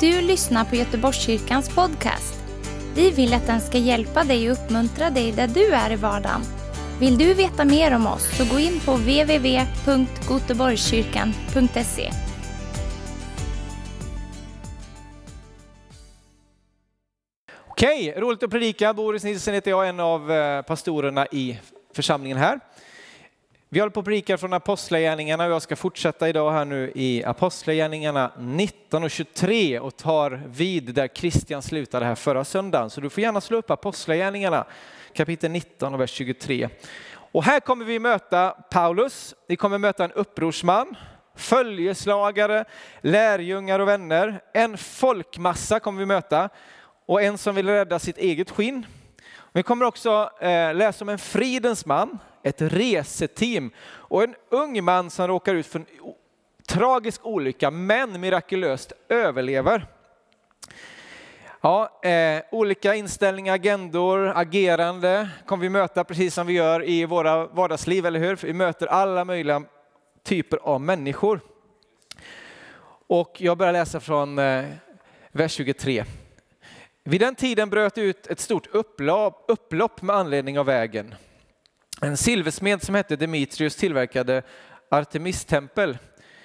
Du lyssnar på Göteborgskyrkans podcast. Vi vill att den ska hjälpa dig och uppmuntra dig där du är i vardagen. Vill du veta mer om oss så gå in på www.goteborgskyrkan.se. Okej, roligt att predika. Boris Nilsson heter jag, en av pastorerna i församlingen här. Vi håller på att predika från Apostlagärningarna och jag ska fortsätta idag här nu i Apostlagärningarna 19 och 23 och tar vid där Christian slutade här förra söndagen. Så du får gärna slå upp Apostlagärningarna kapitel 19 och vers 23. Och här kommer vi möta Paulus. Vi kommer möta en upprorsman, följeslagare, lärjungar och vänner. En folkmassa kommer vi möta och en som vill rädda sitt eget skinn. Vi kommer också läsa om en fridens man, ett reseteam och en ung man som råkar ut för en tragisk olycka men mirakulöst överlever. Ja, olika inställningar, agendor, agerande kommer vi möta precis som vi gör i våra vardagsliv, eller hur? För vi möter alla möjliga typer av människor. Och jag börjar läsa från vers 23. Vid den tiden bröt ut ett stort upplopp med anledning av vägen. En silversmed som hette Demetrius tillverkade Artemistempel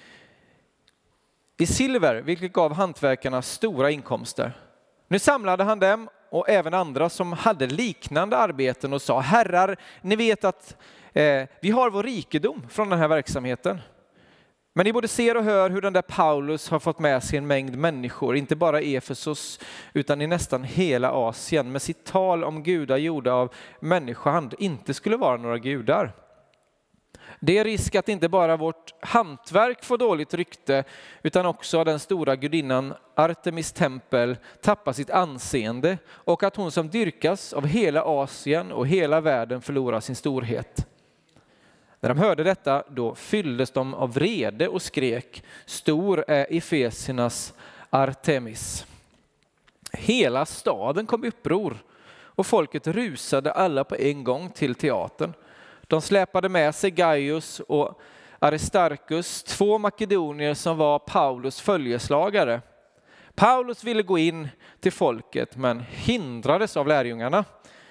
i silver, vilket gav hantverkarna stora inkomster. Nu samlade han dem och även andra som hade liknande arbeten och sa: herrar, ni vet att vi har vår rikedom från den här verksamheten. Men ni både ser och hör hur den där Paulus har fått med sig en mängd människor, inte bara i Efesos utan i nästan hela Asien, med sitt tal om gudar gjorda av människohand inte skulle vara några gudar. Det är risk att inte bara vårt hantverk får dåligt rykte utan också den stora gudinnan Artemis tempel tappar sitt anseende och att hon som dyrkas av hela Asien och hela världen förlorar sin storhet. När de hörde detta, då fylldes de av vrede och skrek: stor är Efesiernas Artemis. Hela staden kom i uppror och folket rusade alla på en gång till teatern. De släpade med sig Gaius och Aristarchus, två makedonier som var Paulus följeslagare. Paulus ville gå in till folket men hindrades av lärjungarna.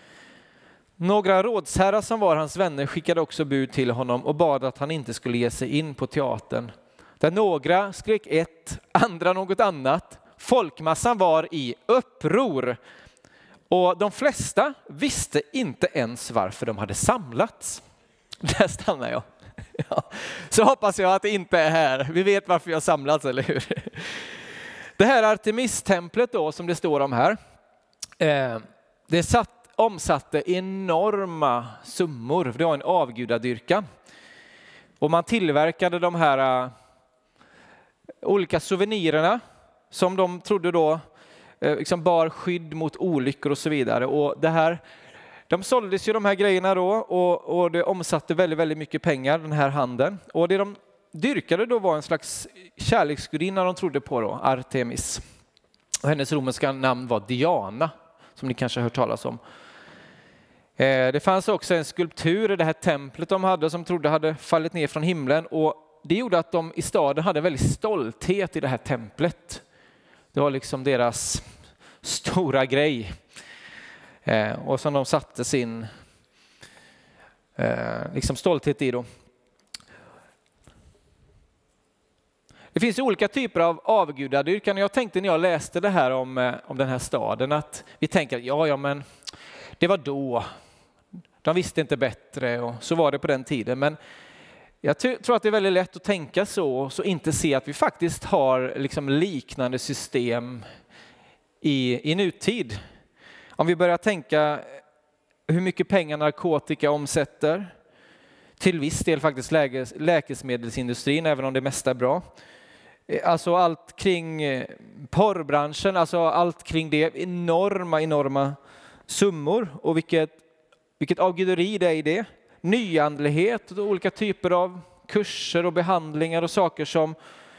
Några rådsherrar som var hans vänner skickade också bud till honom och bad att han inte skulle ge sig in på teatern. Där några skrek ett, andra något annat. Folkmassan var i uppror. Och de flesta visste inte ens varför de hade samlats. Där stannar jag. Ja. Så hoppas jag att det inte är här. Vi vet varför vi har samlats, eller hur? Det här Artemistemplet då, som det står om här. Det omsatte enorma summor. Det var en avgudadyrkan. Och man tillverkade de här olika souvenirerna som de trodde då liksom bar skydd mot olyckor och så vidare. Och det här, de såldes ju de här grejerna då och det omsatte väldigt, väldigt mycket pengar, den här handeln. Och det de dyrkade då var en slags kärleksgudinna de trodde på då, Artemis. Och hennes romerska namn var Diana, som ni kanske har hört talas om. Det fanns också en skulptur i det här templet de hade som trodde hade fallit ner från himlen. Och det gjorde att de i staden hade väldigt stolthet i det här templet. Det var liksom deras stora grej. Och som de satte sin liksom stolthet i då. Det finns olika typer av avgudadyrkan. Jag tänkte när jag läste det här om den här staden att vi tänker ja men det var då. De visste inte bättre och så var det på den tiden. Men jag tror att det är väldigt lätt att tänka så inte se att vi faktiskt har liksom liknande system i nutid. Om vi börjar tänka hur mycket pengar narkotika omsätter, till viss del faktiskt läkemedelsindustrin, även om det mesta är bra. Alltså allt kring porrbranschen, alltså allt kring det, enorma summor och vilket avguderi det är i det. Nyandlighet och olika typer av kurser och behandlingar och saker som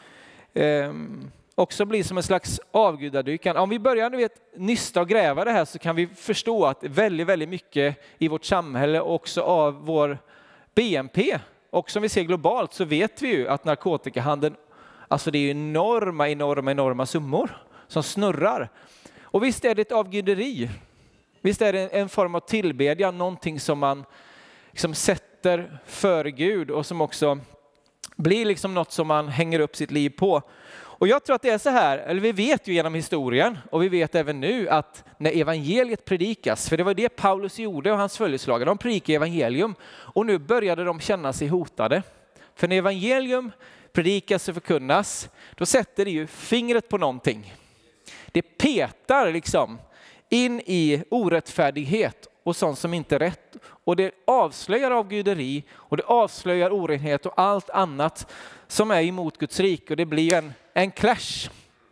också blir som en slags avgudadyrkan. Om vi börjar nysta och gräva det här så kan vi förstå att väldigt, väldigt mycket i vårt samhälle också av vår BNP och som vi ser globalt så vet vi ju att narkotikahandeln, alltså det är enorma summor som snurrar. Och visst är det ett avguderi. Visst är det en form av tillbedjan, någonting som man liksom sätter för Gud och som också blir liksom något som man hänger upp sitt liv på. Och jag tror att det är så här, eller vi vet ju genom historien och vi vet även nu att när evangeliet predikas, för det var det Paulus gjorde och hans följeslagare, de predikade evangelium och nu började de känna sig hotade. För när evangelium predikas och förkunnas, då sätter det ju fingret på någonting. Det petar liksom in i orättfärdighet och sånt som inte är rätt. Och det avslöjar avguderi och det avslöjar orenhet och allt annat som är emot Guds rike. Och det blir en clash.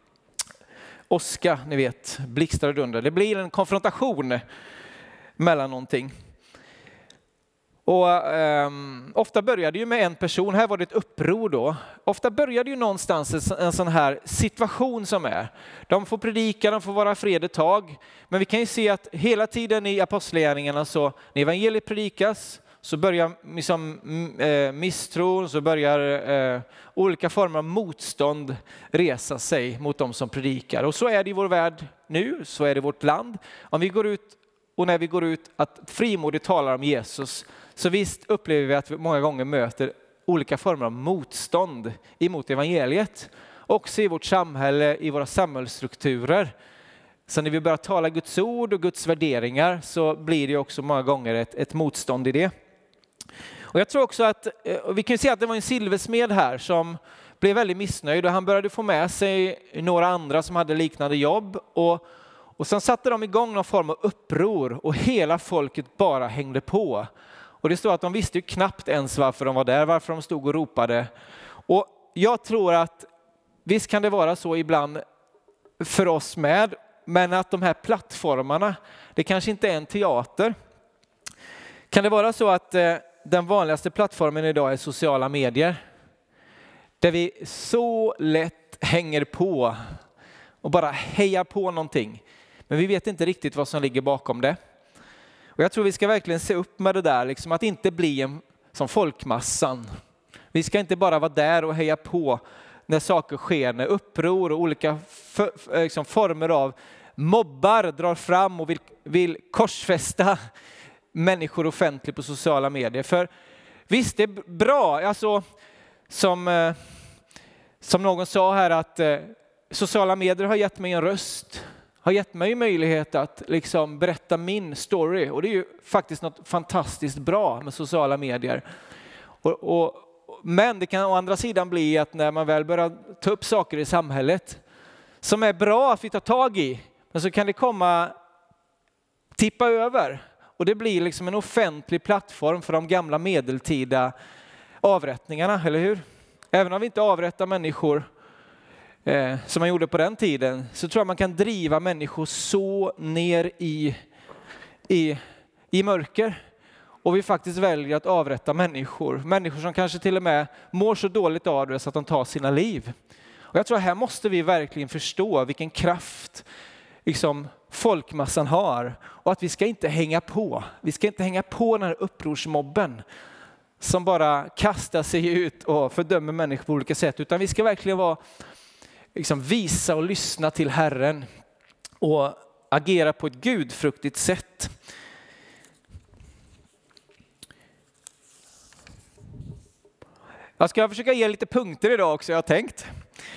Åska, ni vet, blixtar och dunder. Det blir en konfrontation mellan någonting. Och ofta börjar det ju med en person, här var det ett uppror då. Ofta börjar det ju någonstans en sån här situation som är. De får predika, de får vara fred ett tag. Men vi kan ju se att hela tiden i apostlagärningarna så när evangeliet predikas så börjar liksom, misstron, så börjar olika former av motstånd resa sig mot de som predikar. Och så är det i vår värld nu, så är det i vårt land. Om vi går ut och när vi går ut att frimodigt talar om Jesus, så visst upplever vi att vi många gånger möter olika former av motstånd emot evangeliet. Också i vårt samhälle, i våra samhällsstrukturer. Så när vi börjar tala Guds ord och Guds värderingar så blir det också många gånger ett motstånd i det. Och jag tror också att, vi kan ju se att det var en silversmed här som blev väldigt missnöjd och han började få med sig några andra som hade liknande jobb och sen satte de igång någon form av uppror och hela folket bara hängde på. Och det står att de visste ju knappt ens varför de var där, varför de stod och ropade. Och jag tror att visst kan det vara så ibland för oss med, men att de här plattformarna, det kanske inte är en teater. Kan det vara så att den vanligaste plattformen idag är sociala medier? Där vi så lätt hänger på och bara hejar på någonting. Men vi vet inte riktigt vad som ligger bakom det. Och jag tror vi ska verkligen se upp med det där, liksom att inte bli som folkmassan. Vi ska inte bara vara där och heja på när saker sker, när uppror och olika liksom former av mobbar drar fram och vill korsfästa människor offentligt på sociala medier. För visst, det är bra, alltså som någon sa här att sociala medier har gett mig en röst. Har gett mig möjlighet att liksom berätta min story. Och det är ju faktiskt något fantastiskt bra med sociala medier. Men det kan å andra sidan bli att när man väl börjar ta upp saker i samhället som är bra att vi tar tag i, men så kan det tippa över. Och det blir liksom en offentlig plattform för de gamla medeltida avrättningarna, eller hur? Även om vi inte avrättar människor som man gjorde på den tiden, så tror jag man kan driva människor så ner i mörker. Och vi faktiskt väljer att avrätta människor. Människor som kanske till och med mår så dåligt av det så att de tar sina liv. Och jag tror att här måste vi verkligen förstå vilken kraft liksom folkmassan har. Och att vi ska inte hänga på. Vi ska inte hänga på den här upprorsmobben som bara kastar sig ut och fördömer människor på olika sätt. Utan vi ska verkligen visa och lyssna till Herren och agera på ett gudfruktigt sätt. Jag ska försöka ge lite punkter idag också, jag har tänkt.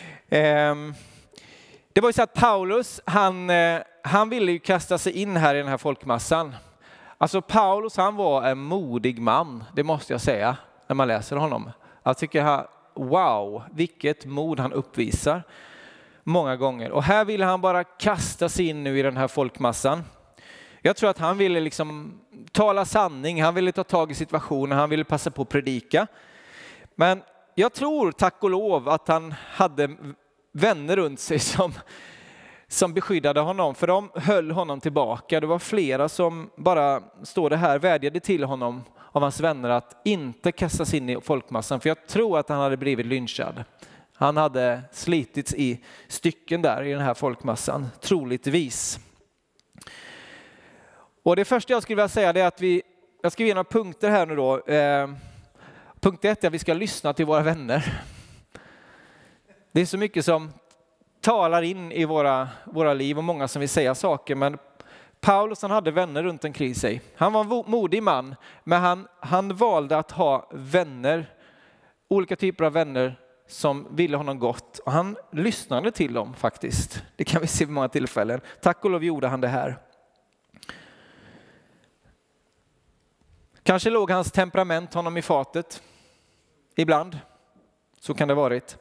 Det var ju så att Paulus, han ville ju kasta sig in här i den här folkmassan. Alltså Paulus, han var en modig man, det måste jag säga, när man läser honom. Jag tycker, wow, vilket mod han uppvisar många gånger. Och här ville han bara kasta sig in nu i den här folkmassan. Jag tror att han ville liksom tala sanning, han ville ta tag i situationen, han ville passa på att predika. Men jag tror, tack och lov, att han hade vänner runt sig som beskyddade honom. För de höll honom tillbaka. Det var flera som bara, står det här, vädjade till honom av hans vänner att inte kasta sig in i folkmassan. För jag tror att han hade blivit lynchad. Han hade slitits i stycken där i den här folkmassan, troligtvis. Och det första jag skulle vilja säga är att jag ska ge några punkter här nu då. Punkt 1 är att vi ska lyssna till våra vänner. Det är så mycket som talar in i våra liv och många som vill säga saker. Men Paulus, han hade vänner runt omkring sig. Han var en modig man, men han valde att ha vänner, olika typer av vänner som ville honom gott. Och han lyssnade till dem faktiskt. Det kan vi se vid många tillfällen. Tack och lov gjorde han det här. Kanske låg hans temperament honom i fatet. Ibland. Så kan det ha varit.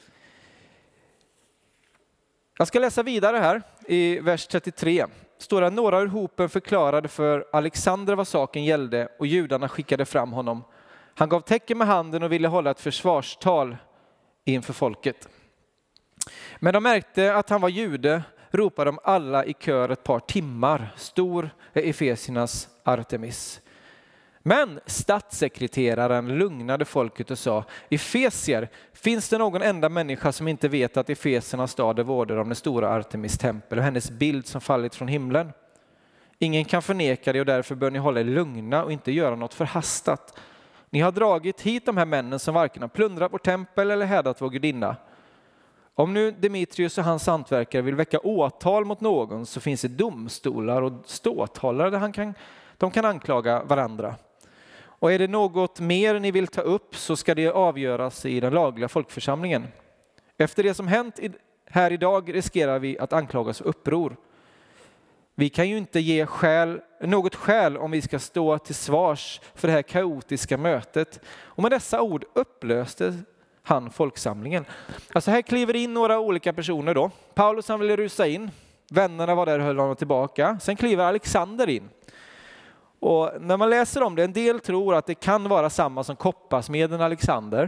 Jag ska läsa vidare här i vers 33. Står det: några ur hopen förklarade för Alexander vad saken gällde och judarna skickade fram honom. Han gav tecken med handen och ville hålla ett försvarstal inför folket. Men de märkte att han var jude, ropade de alla i kör ett par timmar: stor är Efesiernas Artemis. Men statssekreteraren lugnade folket och sa: Efesier, finns det någon enda människa som inte vet att Efesiernas stad är vårdare om den stora Artemis tempel och hennes bild som fallit från himlen? Ingen kan förneka det och därför bör ni hålla er lugna och inte göra något förhastat. Ni har dragit hit de här männen som varken har plundrat vår tempel eller hädat vår gudinna. Om nu Demetrius och hans hantverkare vill väcka åtal mot någon så finns det domstolar och ståthållare där de kan anklaga varandra. Och är det något mer ni vill ta upp så ska det avgöras i den lagliga folkförsamlingen. Efter det som hänt här idag riskerar vi att anklagas för uppror. Vi kan ju inte ge något skäl om vi ska stå till svars för det här kaotiska mötet. Och med dessa ord upplöste han folksamlingen. Alltså här kliver in några olika personer då. Paulus, han ville rusa in. Vännerna var där och höll honom tillbaka. Sen kliver Alexander in. Och när man läser om det, en del tror att det kan vara samma som koppasmeden Alexander.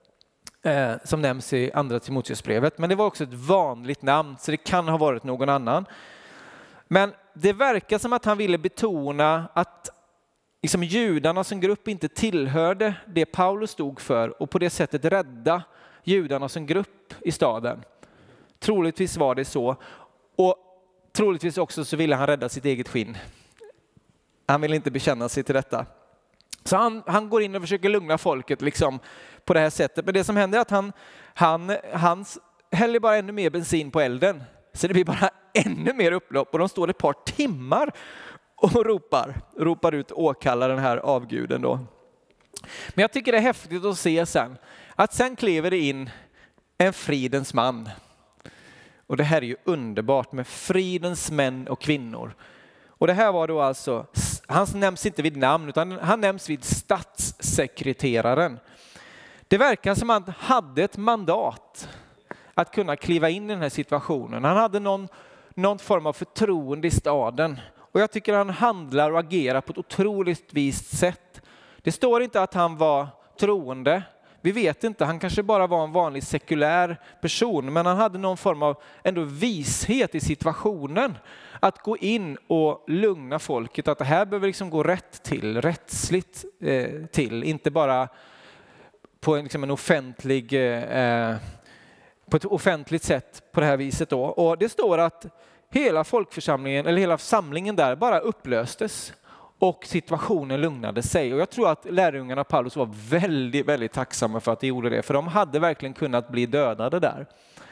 Som nämns i andra Timoteusbrevet. Men det var också ett vanligt namn så det kan ha varit någon annan. Men det verkar som att han ville betona att liksom judarna som grupp inte tillhörde det Paulus stod för och på det sättet rädda judarna som grupp i staden. Troligtvis var det så, och troligtvis också så ville han rädda sitt eget skinn. Han ville inte bekänna sig till detta. Så han går in och försöker lugna folket liksom på det här sättet. Men det som händer är att han häller bara ännu mer bensin på elden. Så det blir bara ännu mer upplopp och de står ett par timmar och ropar ut åkallar den här avguden då. Men jag tycker det är häftigt att se sen kliver det in en fridens man. Och det här är ju underbart med fridens män och kvinnor. Och det här var då alltså, han nämns inte vid namn utan han nämns vid statssekreteraren. Det verkar som att han hade ett mandat att kunna kliva in i den här situationen. Han hade någon form av förtroende i staden. Och jag tycker han handlar och agerar på ett otroligt vist sätt. Det står inte att han var troende. Vi vet inte, han kanske bara var en vanlig sekulär person. Men han hade någon form av ändå vishet i situationen. Att gå in och lugna folket. Att det här behöver liksom gå rättsligt till. Inte bara på liksom en offentlig... på ett offentligt sätt på det här viset då. Och det står att hela folkförsamlingen eller hela samlingen där bara upplöstes och situationen lugnade sig. Och jag tror att lärjungarna Paulus var väldigt, väldigt tacksamma för att de gjorde det. För de hade verkligen kunnat bli dödade där.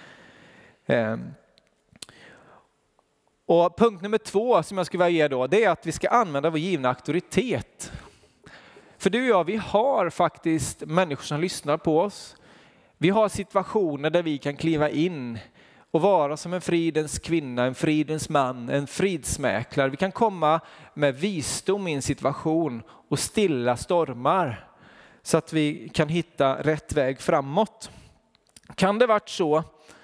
Och punkt nummer 2 som jag skulle vilja ge då, det är att vi ska använda vår givna auktoritet. För du och jag, vi har faktiskt människor som lyssnar på oss. Vi har situationer där vi kan kliva in och vara som en fridens kvinna, en fridens man, en fridsmäklare. Vi kan komma med visdom i en situation och stilla stormar så att vi kan hitta rätt väg framåt. Kan det varit så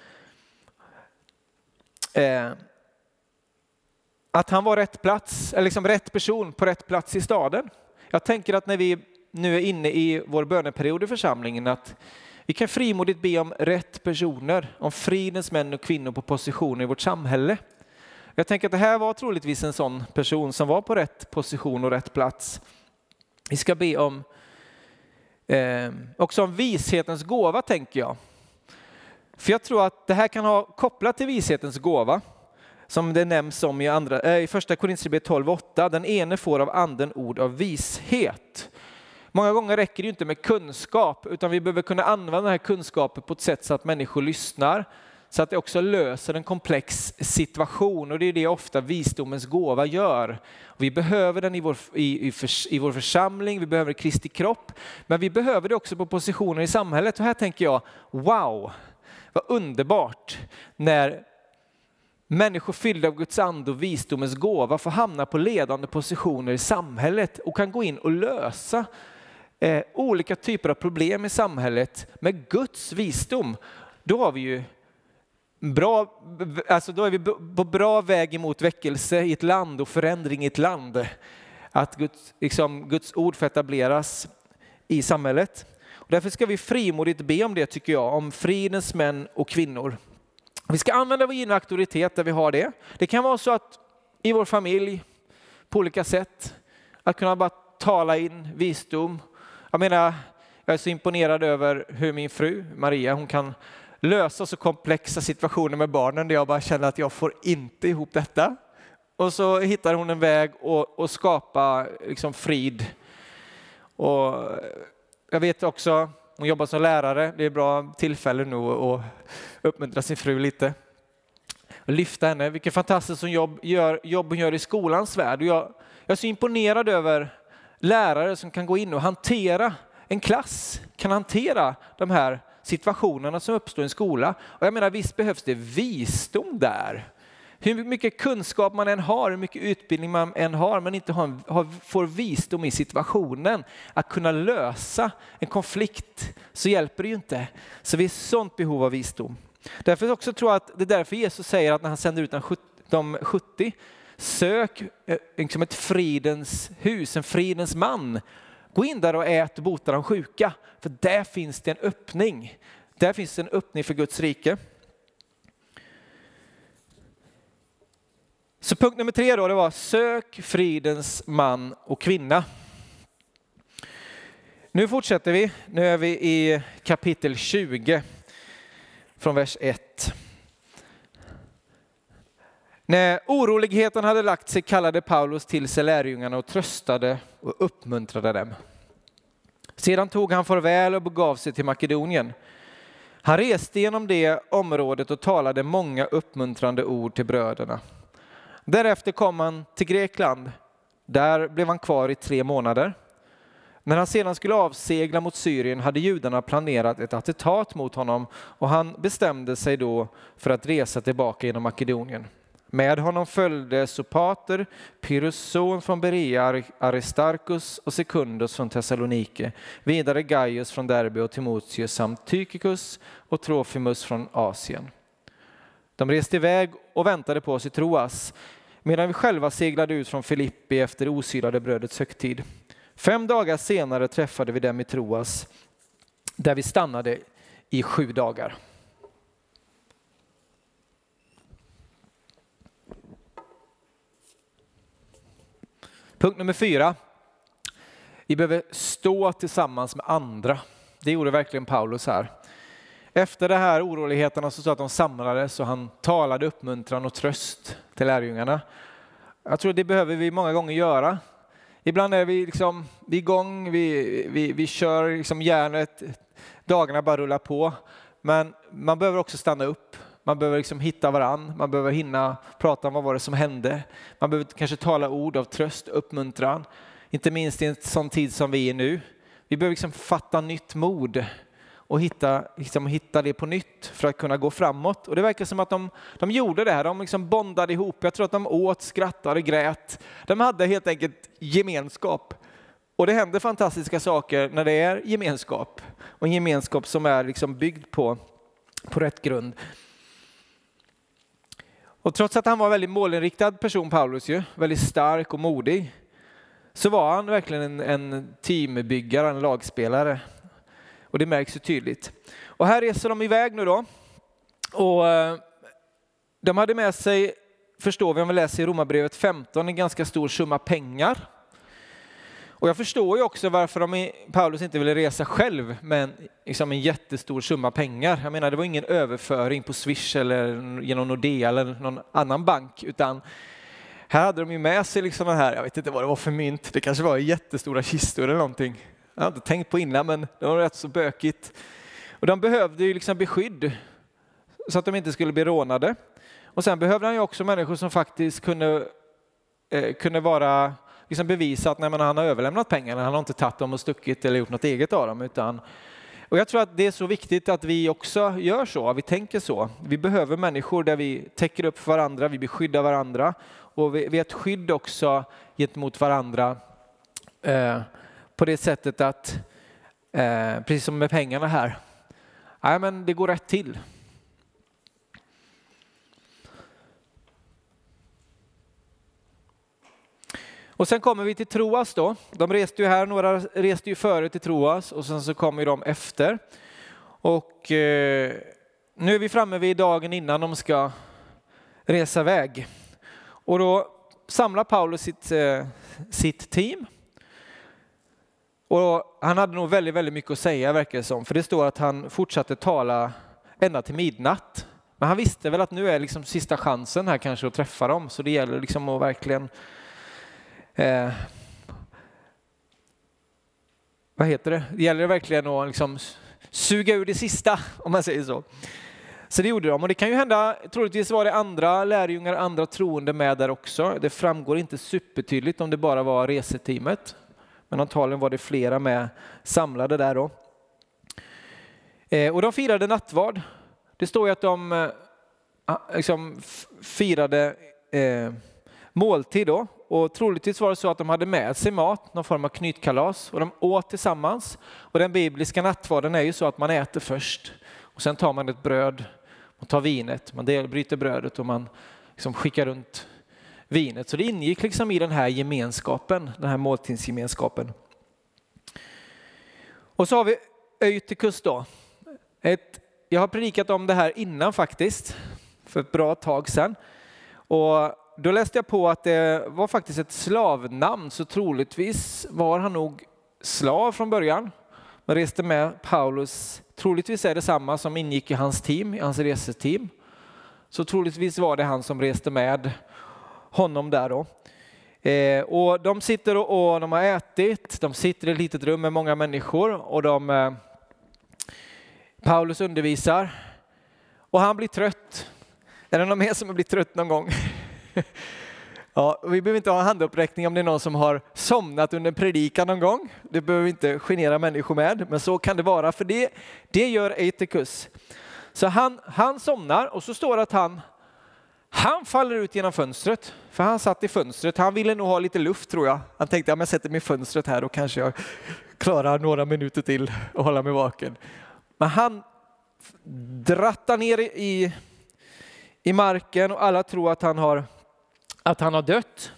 att han var rätt plats, eller liksom rätt person på rätt plats i staden? Jag tänker att när vi nu är inne i vår böneperiod i församlingen att vi kan frimodigt be om rätt personer, om fridens män och kvinnor på positioner i vårt samhälle. Jag tänker att det här var troligtvis en sån person som var på rätt position och rätt plats. Vi ska be om också om vishetens gåva, tänker jag. För jag tror att det här kan ha kopplat till vishetens gåva. Som det nämns om i första Korinthierbrevet 12:8. Den ene får av anden ord av vishet. Många gånger räcker det inte med kunskap utan vi behöver kunna använda den här kunskapen på ett sätt så att människor lyssnar. så att det också löser en komplex situation. Och det är det ofta visdomens gåva gör. Och vi behöver den i vår församling, vi behöver Kristi kropp. Men vi behöver det också på positioner i samhället. Och här tänker jag, wow, vad underbart när människor fyllda av Guds ande och visdomens gåva får hamna på ledande positioner i samhället och kan gå in och lösa olika typer av problem i samhället med Guds visdom. Då har vi ju då är vi på bra väg emot väckelse i ett land och förändring i ett land. Att Guds ord får etableras i samhället. Och därför ska vi frimodigt be om det, tycker jag, om fridens män och kvinnor. Vi ska använda vår givna auktoritet där vi har det. Det kan vara så att i vår familj på olika sätt att kunna bara tala in visdom. Jag är så imponerad över hur min fru Maria, hon kan lösa så komplexa situationer med barnen där jag bara känner att jag får inte ihop detta. Och så hittar hon en väg att skapa liksom frid. Och jag vet också, hon jobbar som lärare, det är bra tillfälle nu att uppmuntra sin fru lite. Och lyfta henne, vilket fantastiskt jobb hon gör i skolans värld. Och jag är så imponerad över lärare som kan gå in och hantera en klass, kan hantera de här situationerna som uppstår i en skola. Och jag menar, visst behövs det visdom där. Hur mycket kunskap man än har, hur mycket utbildning man än har, men inte får visdom i situationen att kunna lösa en konflikt, så hjälper det ju inte. Så vi är sånt behov av visdom. Därför också tror jag att det är därför Jesus säger att när han sänder ut de 70, sök liksom ett fridens hus, en fridens man. Gå in där och ät och bota de sjuka, för där finns det en öppning. Där finns det en öppning för Guds rike. Så punkt nummer 3 då, det var sök fridens man och kvinna. Nu fortsätter vi. Nu är vi i kapitel 20 från vers 1. När oroligheten hade lagt sig kallade Paulus till sig lärjungarna och tröstade och uppmuntrade dem. Sedan tog han farväl och begav sig till Makedonien. Han reste genom det området och talade många uppmuntrande ord till bröderna. Därefter kom han till Grekland. Där blev han kvar i 3 månader. När han sedan skulle avsegla mot Syrien hade judarna planerat ett attentat mot honom och han bestämde sig då för att resa tillbaka genom Makedonien. Med honom följde Sopater, Pyrrhus son från Berea, Aristarchus och Secundus från Thessalonike. Vidare Gaius från Derbe och Timoteus samt Tychicus och Trofimus från Asien. De reste iväg och väntade på oss i Troas, medan vi själva seglade ut från Filippi efter osyrade brödets högtid. 5 dagar senare träffade vi dem i Troas, där vi stannade i 7 dagar. Punkt nummer 4. Vi behöver stå tillsammans med andra. Det gjorde verkligen Paulus här. Efter det här oroligheterna så att de samlades och han talade uppmuntran och tröst till lärjungarna. Jag tror det behöver vi många gånger göra. Ibland är vi liksom igång, vi kör liksom järnet, dagarna bara rullar på. Men man behöver också stanna upp. Man behöver liksom hitta varann, man behöver hinna prata om vad var det som hände. Man behöver kanske tala ord av tröst, uppmuntran. Inte minst i en sån tid som vi är nu. Vi behöver liksom fatta nytt mod och hitta det på nytt för att kunna gå framåt. Och det verkar som att de gjorde det här, de liksom bondade ihop. Jag tror att de åt, skrattade, grät. De hade helt enkelt gemenskap. Och det händer fantastiska saker när det är gemenskap. Och en gemenskap som är liksom byggd på rätt grund. Och trots att han var en väldigt målinriktad person, Paulus, väldigt stark och modig, så var han verkligen en teambyggare, en lagspelare. Och det märks ju tydligt. Och här reser de iväg nu då. Och de hade med sig, förstår vi om vi läser i Romarbrevet 15, en ganska stor summa pengar. Och jag förstår ju också varför Paulus inte ville resa själv med en jättestor summa pengar. Jag menar, det var ingen överföring på Swish eller genom Nordea eller någon annan bank, utan här hade de ju med sig liksom den här, jag vet inte vad det var för mynt, det kanske var jättestora kistor eller någonting. Jag har inte tänkt på innan, men det var rätt så bökigt. Och de behövde ju liksom beskydd. så att de inte skulle bli rånade. Och sen behövde han ju också människor som faktiskt kunde vara liksom bevisa att nej, men han har överlämnat pengarna, han har inte tagit dem och stuckit eller gjort något eget av dem. Och jag tror att det är så viktigt att vi också gör så, vi tänker så. Vi behöver människor där vi täcker upp för varandra, vi beskyddar varandra och vi är ett skydd också gentemot varandra på det sättet att, precis som med pengarna här, nej, men det går rätt till. Och sen kommer vi till Troas då. De reste ju här, några reste ju före till Troas och sen så kommer de efter. Och nu är vi framme vid dagen innan de ska resa iväg. Och då samlar Paulus sitt team. Och han hade nog väldigt, väldigt mycket att säga, verkar det som. För det står att han fortsatte tala ända till midnatt. Men han visste väl att nu är liksom sista chansen här kanske att träffa dem. Så det gäller liksom att verkligen vad heter det? Det gäller verkligen att liksom suga ur det sista, om man säger så. Så det gjorde de. Och det kan ju hända, troligtvis var det andra lärjungar, andra troende med där också. Det framgår inte supertydligt om det bara var reseteamet. Men antagligen var det flera med samlade där då. Och de firade nattvard. Det står ju att de liksom firade måltid då. Och troligtvis var det så att de hade med sig mat, någon form av knytkalas. Och de åt tillsammans. Och den bibliska nattvarden är ju så att man äter först. Och sen tar man ett bröd och tar vinet. Man bryter brödet och man liksom skickar runt vinet. Så det ingick liksom i den här gemenskapen, den här måltidsgemenskapen. Och så har vi Eutychus då. Jag har predikat om det här innan faktiskt, för ett bra tag sedan. Och då läste jag på att det var faktiskt ett slavnamn, så troligtvis var han nog slav från början. Man reste med Paulus, troligtvis är det samma som ingick i hans team, i hans reseteam. Så troligtvis var det han som reste med honom där då. Och de sitter och de har ätit, de sitter i ett litet rum med många människor och Paulus undervisar och han blir trött. Är det någon mer som har blivit trött någon gång? Ja, vi behöver inte ha en handuppräckning om det är någon som har somnat under en predikan någon gång. Det behöver vi inte genera människor med, men så kan det vara, för det gör Eutychus. Så han somnar och så står det att han faller ut genom fönstret, för han satt i fönstret. Han ville nog ha lite luft, tror jag. Han tänkte, jag sätter mig i fönstret här och kanske jag klarar några minuter till och hålla mig vaken. Men han drattar ner i marken och alla tror att han har dött.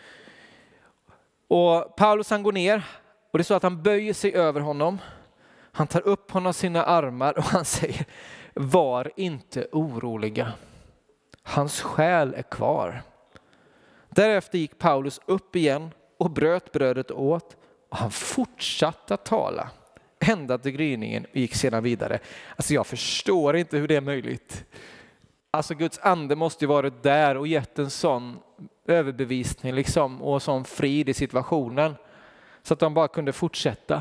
Och Paulus han går ner och det är så att han böjer sig över honom. Han tar upp honom sina armar och han säger, var inte oroliga. Hans själ är kvar. Därefter gick Paulus upp igen och bröt brödet åt och han fortsatte att tala ända till gryningen och gick sedan vidare. Alltså jag förstår inte hur det är möjligt. Alltså Guds ande måste ju varit där och gett en sån överbevisning liksom, och sån frid i situationen så att de bara kunde fortsätta.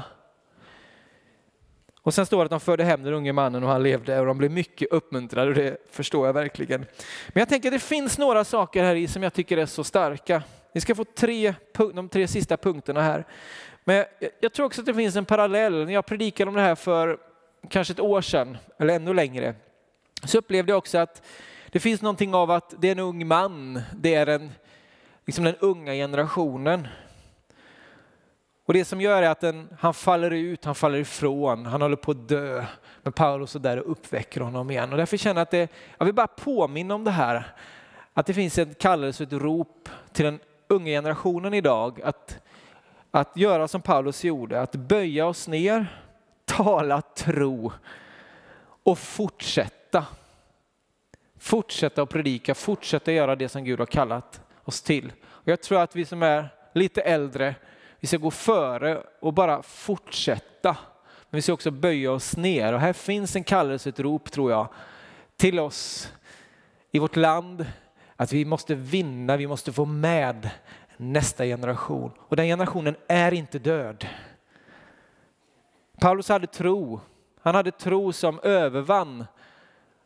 Och sen står det att de förde hem den unge mannen och han levde och de blev mycket uppmuntrade och det förstår jag verkligen. Men jag tänker att det finns några saker här i som jag tycker är så starka. Ni ska få de 3 sista punkterna här. Men jag tror också att det finns en parallell. När jag predikade om det här för kanske ett år sedan eller ännu längre så upplevde jag också att det finns någonting av att det är en ung man. Det är liksom den unga generationen. Och det som gör är att han faller ut, han faller ifrån, han håller på att dö. Men Paulus är där och uppväcker honom igen. Och därför känner jag att jag vill bara påminna om det här. Att det finns en kallelse och ett rop till den unga generationen idag. Att göra som Paulus gjorde, att böja oss ner, tala tro och fortsätta. Fortsätta att predika, fortsätta göra det som Gud har kallat oss till. Och jag tror att vi som är lite äldre, vi ska gå före och bara fortsätta. Men vi ska också böja oss ner. Och här finns en kallelse, ett rop tror jag, till oss i vårt land. Att vi måste vinna, vi måste få med nästa generation. Och den generationen är inte död. Paulus hade tro. Han hade tro som övervann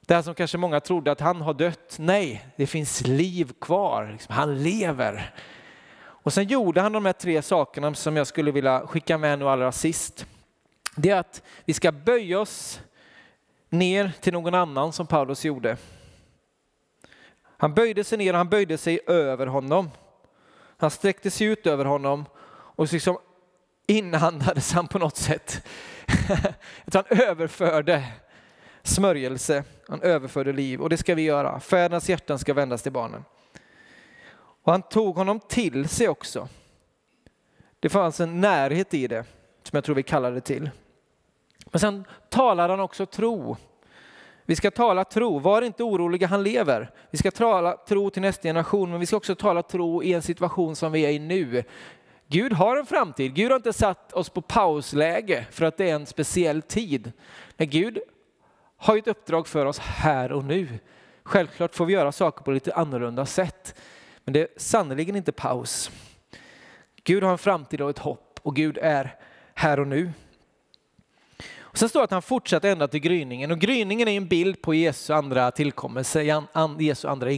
Det här som kanske många trodde att han har dött. Nej, det finns liv kvar. Han lever. Och sen gjorde han de här 3 sakerna som jag skulle vilja skicka med nu allra sist. Det är att vi ska böja oss ner till någon annan som Paulus gjorde. Han böjde sig ner och han böjde sig över honom. Han sträckte sig ut över honom och liksom inandades han på något sätt. Han överförde smörjelse, han överförde liv, och det ska vi göra. Fädernas hjärtan ska vändas till barnen. Och han tog honom till sig också. Det fanns en närhet i det som jag tror vi kallar det till. Men sen talar han också tro. Vi ska tala tro. Var inte oroliga, han lever. Vi ska tala tro till nästa generation, men vi ska också tala tro i en situation som vi är i nu. Gud har en framtid. Gud har inte satt oss på pausläge för att det är en speciell tid. Men Gud har ett uppdrag för oss här och nu. Självklart får vi göra saker på lite annorlunda sätt. Men det är sannoliken inte paus. Gud har en framtid och ett hopp, och Gud är här och nu. Och sen står det att han fortsätter ända till gryningen. Och gryningen är en bild på Jesu andra tillkommelse, Jesu andra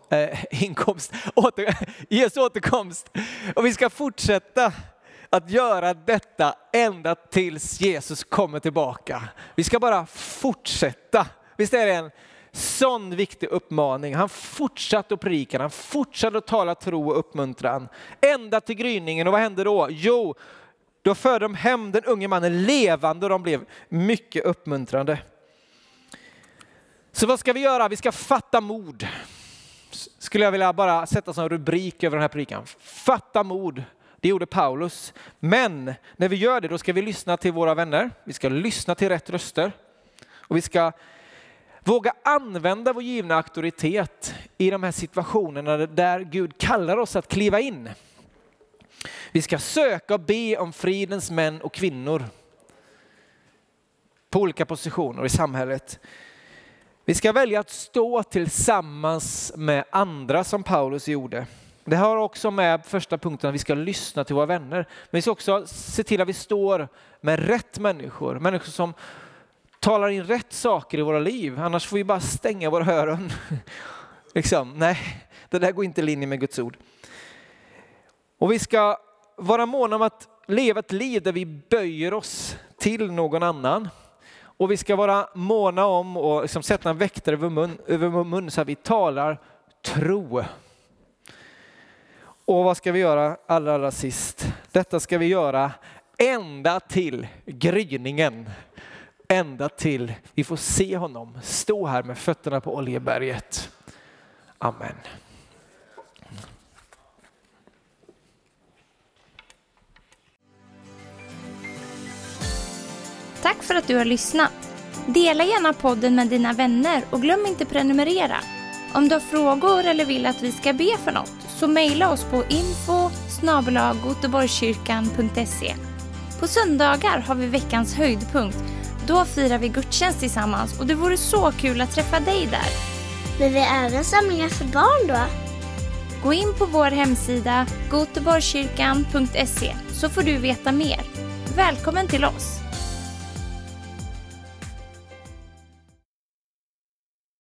Jesu återkomst. Och vi ska fortsätta att göra detta ända tills Jesus kommer tillbaka. Vi ska bara fortsätta. Visst är det en sån viktig uppmaning. Han fortsatte att predika, han fortsatte att tala tro och uppmuntran. Ända till gryningen. Och vad hände då? Jo, då förde de hem den unge mannen levande och de blev mycket uppmuntrande. Så vad ska vi göra? Vi ska fatta mod. Skulle jag vilja bara sätta som rubrik över den här predikan. Fatta mod. Det gjorde Paulus. Men när vi gör det, då ska vi lyssna till våra vänner. Vi ska lyssna till rätt röster. Och vi ska våga använda vår givna auktoritet i de här situationerna där Gud kallar oss att kliva in. Vi ska söka och be om fridens män och kvinnor på olika positioner i samhället. Vi ska välja att stå tillsammans med andra som Paulus gjorde. Det har också med första punkten att vi ska lyssna till våra vänner. Men vi ska också se till att vi står med rätt människor. Människor som talar in rätt saker i våra liv. Annars får vi bara stänga våra öron. Nej, det där går inte i linje med Guds ord. Och vi ska vara måna om att leva ett liv där vi böjer oss till någon annan. Och vi ska vara måna om att sätta en väktare över vår mun så att vi talar tro. Och vad ska vi göra allra sist? Detta ska vi göra ända till gryningen. Ända till vi får se honom stå här med fötterna på Oljeberget. Amen. Tack för att du har lyssnat. Dela gärna podden med dina vänner och glöm inte prenumerera. Om du har frågor eller vill att vi ska be för något, så mejla oss på info@goteborgskyrkan.se. På söndagar har vi veckans höjdpunkt. Då firar vi gudstjänst tillsammans och det vore så kul att träffa dig där. Men vi är även samlingar för barn då? Gå in på vår hemsida goteborgskyrkan.se så får du veta mer. Välkommen till oss!